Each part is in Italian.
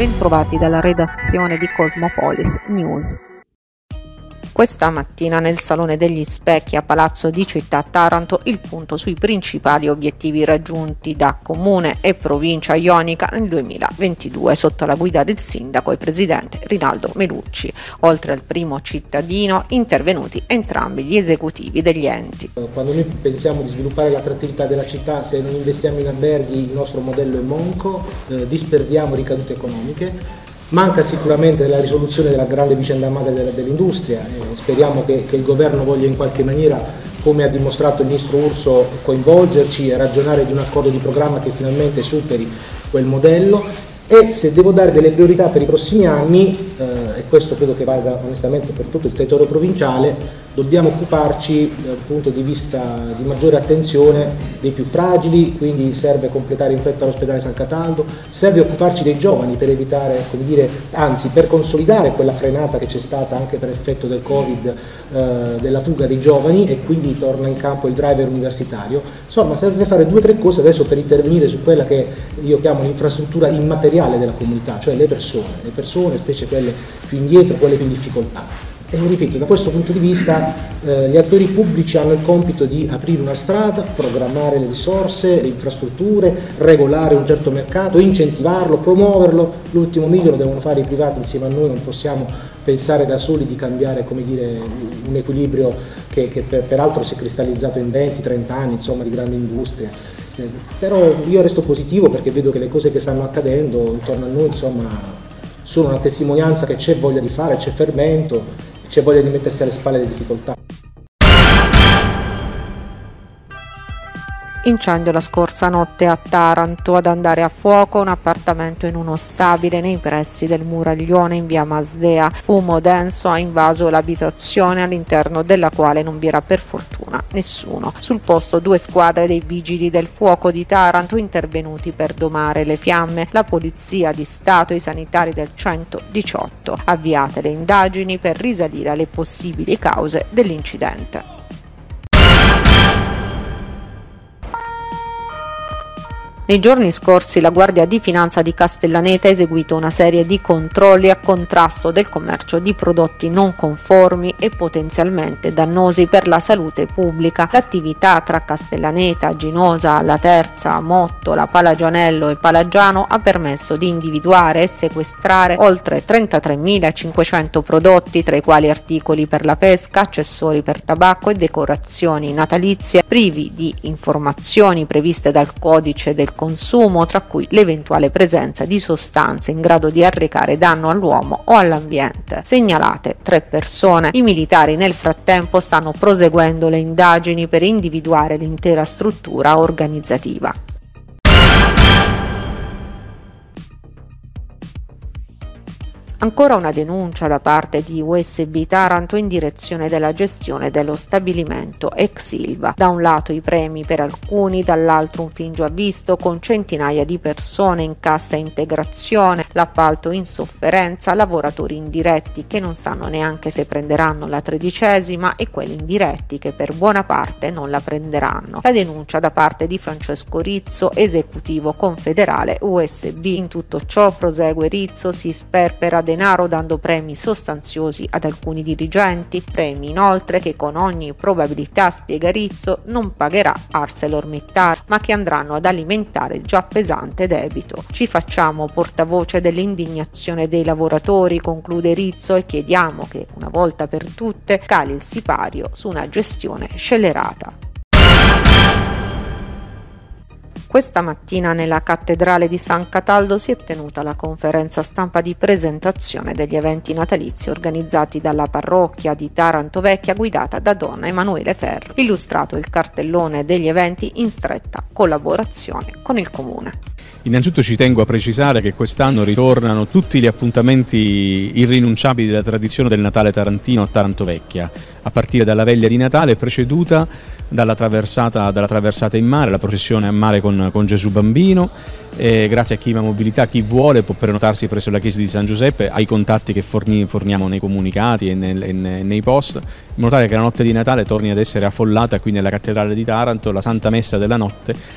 Bentrovati dalla redazione di Cosmopolis News. Questa mattina nel Salone degli Specchi a Palazzo di Città Taranto il punto sui principali obiettivi raggiunti da Comune e Provincia Ionica nel 2022 sotto la guida del Sindaco e Presidente Rinaldo Melucci. Oltre al primo cittadino intervenuti entrambi gli esecutivi degli enti. Quando noi pensiamo di sviluppare l'attrattività della città, se non investiamo in alberghi il nostro modello è monco, disperdiamo ricadute economiche. Manca sicuramente la risoluzione della grande vicenda dell'industria, speriamo che il governo voglia in qualche maniera, come ha dimostrato il ministro Urso, coinvolgerci e ragionare di un accordo di programma che finalmente superi quel modello. E se devo dare delle priorità per i prossimi anni, e questo credo che valga onestamente per tutto il territorio provinciale, dobbiamo occuparci dal punto di vista di maggiore attenzione dei più fragili, quindi serve completare in fretta l'ospedale San Cataldo, serve occuparci dei giovani per evitare, come dire, anzi per consolidare quella frenata che c'è stata anche per effetto del Covid, della fuga dei giovani, e quindi torna in campo il driver universitario. Insomma, serve fare 2 o 3 cose adesso per intervenire su quella che io chiamo l'infrastruttura immateriale della comunità, cioè le persone, specie quelle più indietro, quelle più in difficoltà. E ripeto, da questo punto di vista gli attori pubblici hanno il compito di aprire una strada, programmare le risorse, le infrastrutture, regolare un certo mercato, incentivarlo, promuoverlo. L'ultimo miglio lo devono fare i privati insieme a noi, non possiamo pensare da soli di cambiare, come dire, un equilibrio che peraltro si è cristallizzato in 20-30 anni, insomma, di grande industria. Però io resto positivo perché vedo che le cose che stanno accadendo intorno a noi, insomma, sono una testimonianza che c'è voglia di fare, c'è fermento, c'è voglia di mettersi alle spalle le difficoltà. Incendio la scorsa notte a Taranto, ad andare a fuoco un appartamento in uno stabile nei pressi del Muraglione in via Masdea. Fumo denso ha invaso l'abitazione, all'interno della quale non vi era per fortuna nessuno. Sul posto 2 squadre dei vigili del fuoco di Taranto intervenuti per domare le fiamme, la polizia di Stato e i sanitari del 118. Avviate le indagini per risalire alle possibili cause dell'incidente. Nei giorni scorsi la Guardia di Finanza di Castellaneta ha eseguito una serie di controlli a contrasto del commercio di prodotti non conformi e potenzialmente dannosi per la salute pubblica. L'attività tra Castellaneta, Ginosa, La Terza, Mottola, Palagianello e Palagiano ha permesso di individuare e sequestrare oltre 33.500 prodotti, tra i quali articoli per la pesca, accessori per tabacco e decorazioni natalizie privi di informazioni previste dal codice del consumo, tra cui l'eventuale presenza di sostanze in grado di arrecare danno all'uomo o all'ambiente. Segnalate 3 persone. I militari nel frattempo stanno proseguendo le indagini per individuare l'intera struttura organizzativa. Ancora una denuncia da parte di USB Taranto in direzione della gestione dello stabilimento ex Ilva. Da un lato i premi per alcuni, dall'altro un fin già visto con centinaia di persone in cassa integrazione, l'appalto in sofferenza, lavoratori indiretti che non sanno neanche se prenderanno la 13ª e quelli indiretti che per buona parte non la prenderanno. La denuncia da parte di Francesco Rizzo, esecutivo confederale USB. In tutto ciò, prosegue Rizzo, si sperpera denaro dando premi sostanziosi ad alcuni dirigenti, premi inoltre che con ogni probabilità, spiega Rizzo, non pagherà ArcelorMittal, ma che andranno ad alimentare il già pesante debito. Ci facciamo portavoce dell'indignazione dei lavoratori, conclude Rizzo, e chiediamo che una volta per tutte cali il sipario su una gestione scellerata. Questa mattina nella cattedrale di San Cataldo si è tenuta la conferenza stampa di presentazione degli eventi natalizi organizzati dalla parrocchia di Taranto Vecchia guidata da Donna Emanuele Ferro. Illustrato il cartellone degli eventi in stretta collaborazione con il Comune. Innanzitutto ci tengo a precisare che quest'anno ritornano tutti gli appuntamenti irrinunciabili della tradizione del Natale tarantino a Taranto Vecchia, a partire dalla veglia di Natale preceduta dalla traversata in mare, la processione a mare con Gesù Bambino. Grazie a chi ha mobilità, chi vuole può prenotarsi presso la chiesa di San Giuseppe, ai contatti che forniamo nei comunicati e nei post, in modo tale che la notte di Natale torni ad essere affollata qui nella cattedrale di Taranto, la Santa Messa della notte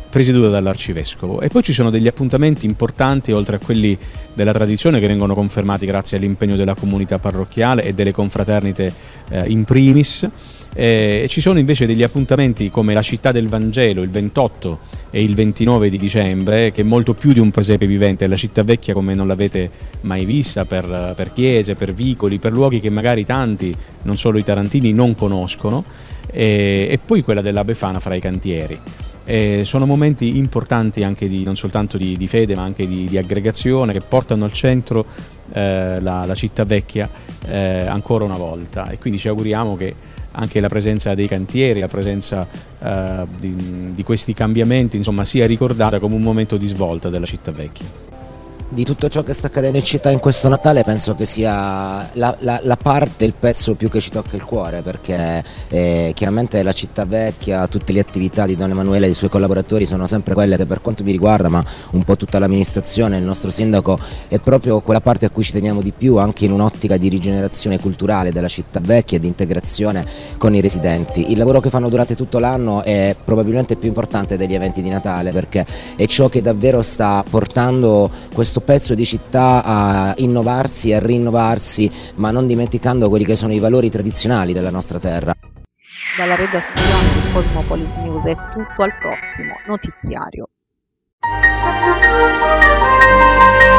presieduta dall'arcivescovo. E poi ci sono degli appuntamenti importanti oltre a quelli della tradizione che vengono confermati grazie all'impegno della comunità parrocchiale e delle confraternite in primis. Ci sono invece degli appuntamenti come la Città del Vangelo il 28 e il 29 di dicembre, che è molto più di un presepe vivente, è la città vecchia come non l'avete mai vista, per chiese, per vicoli, per luoghi che magari tanti, non solo i tarantini, non conoscono, e poi quella della Befana fra i cantieri. Sono momenti importanti anche non soltanto di fede ma anche di aggregazione, che portano al centro la città vecchia ancora una volta, e quindi ci auguriamo che anche la presenza dei cantieri, la presenza di questi cambiamenti, insomma, sia ricordata come un momento di svolta della città vecchia. Di tutto ciò che sta accadendo in città in questo Natale penso che sia la parte, il pezzo più che ci tocca il cuore, perché chiaramente la città vecchia, tutte le attività di Don Emanuele e dei suoi collaboratori sono sempre quelle che, per quanto mi riguarda, ma un po' tutta l'amministrazione, il nostro sindaco, è proprio quella parte a cui ci teniamo di più, anche in un'ottica di rigenerazione culturale della città vecchia e di integrazione con i residenti. Il lavoro che fanno durante tutto l'anno è probabilmente più importante degli eventi di Natale, perché è ciò che davvero sta portando questo pezzo di città a innovarsi e a rinnovarsi, ma non dimenticando quelli che sono i valori tradizionali della nostra terra. Dalla redazione di Cosmopolis News è tutto, al prossimo notiziario.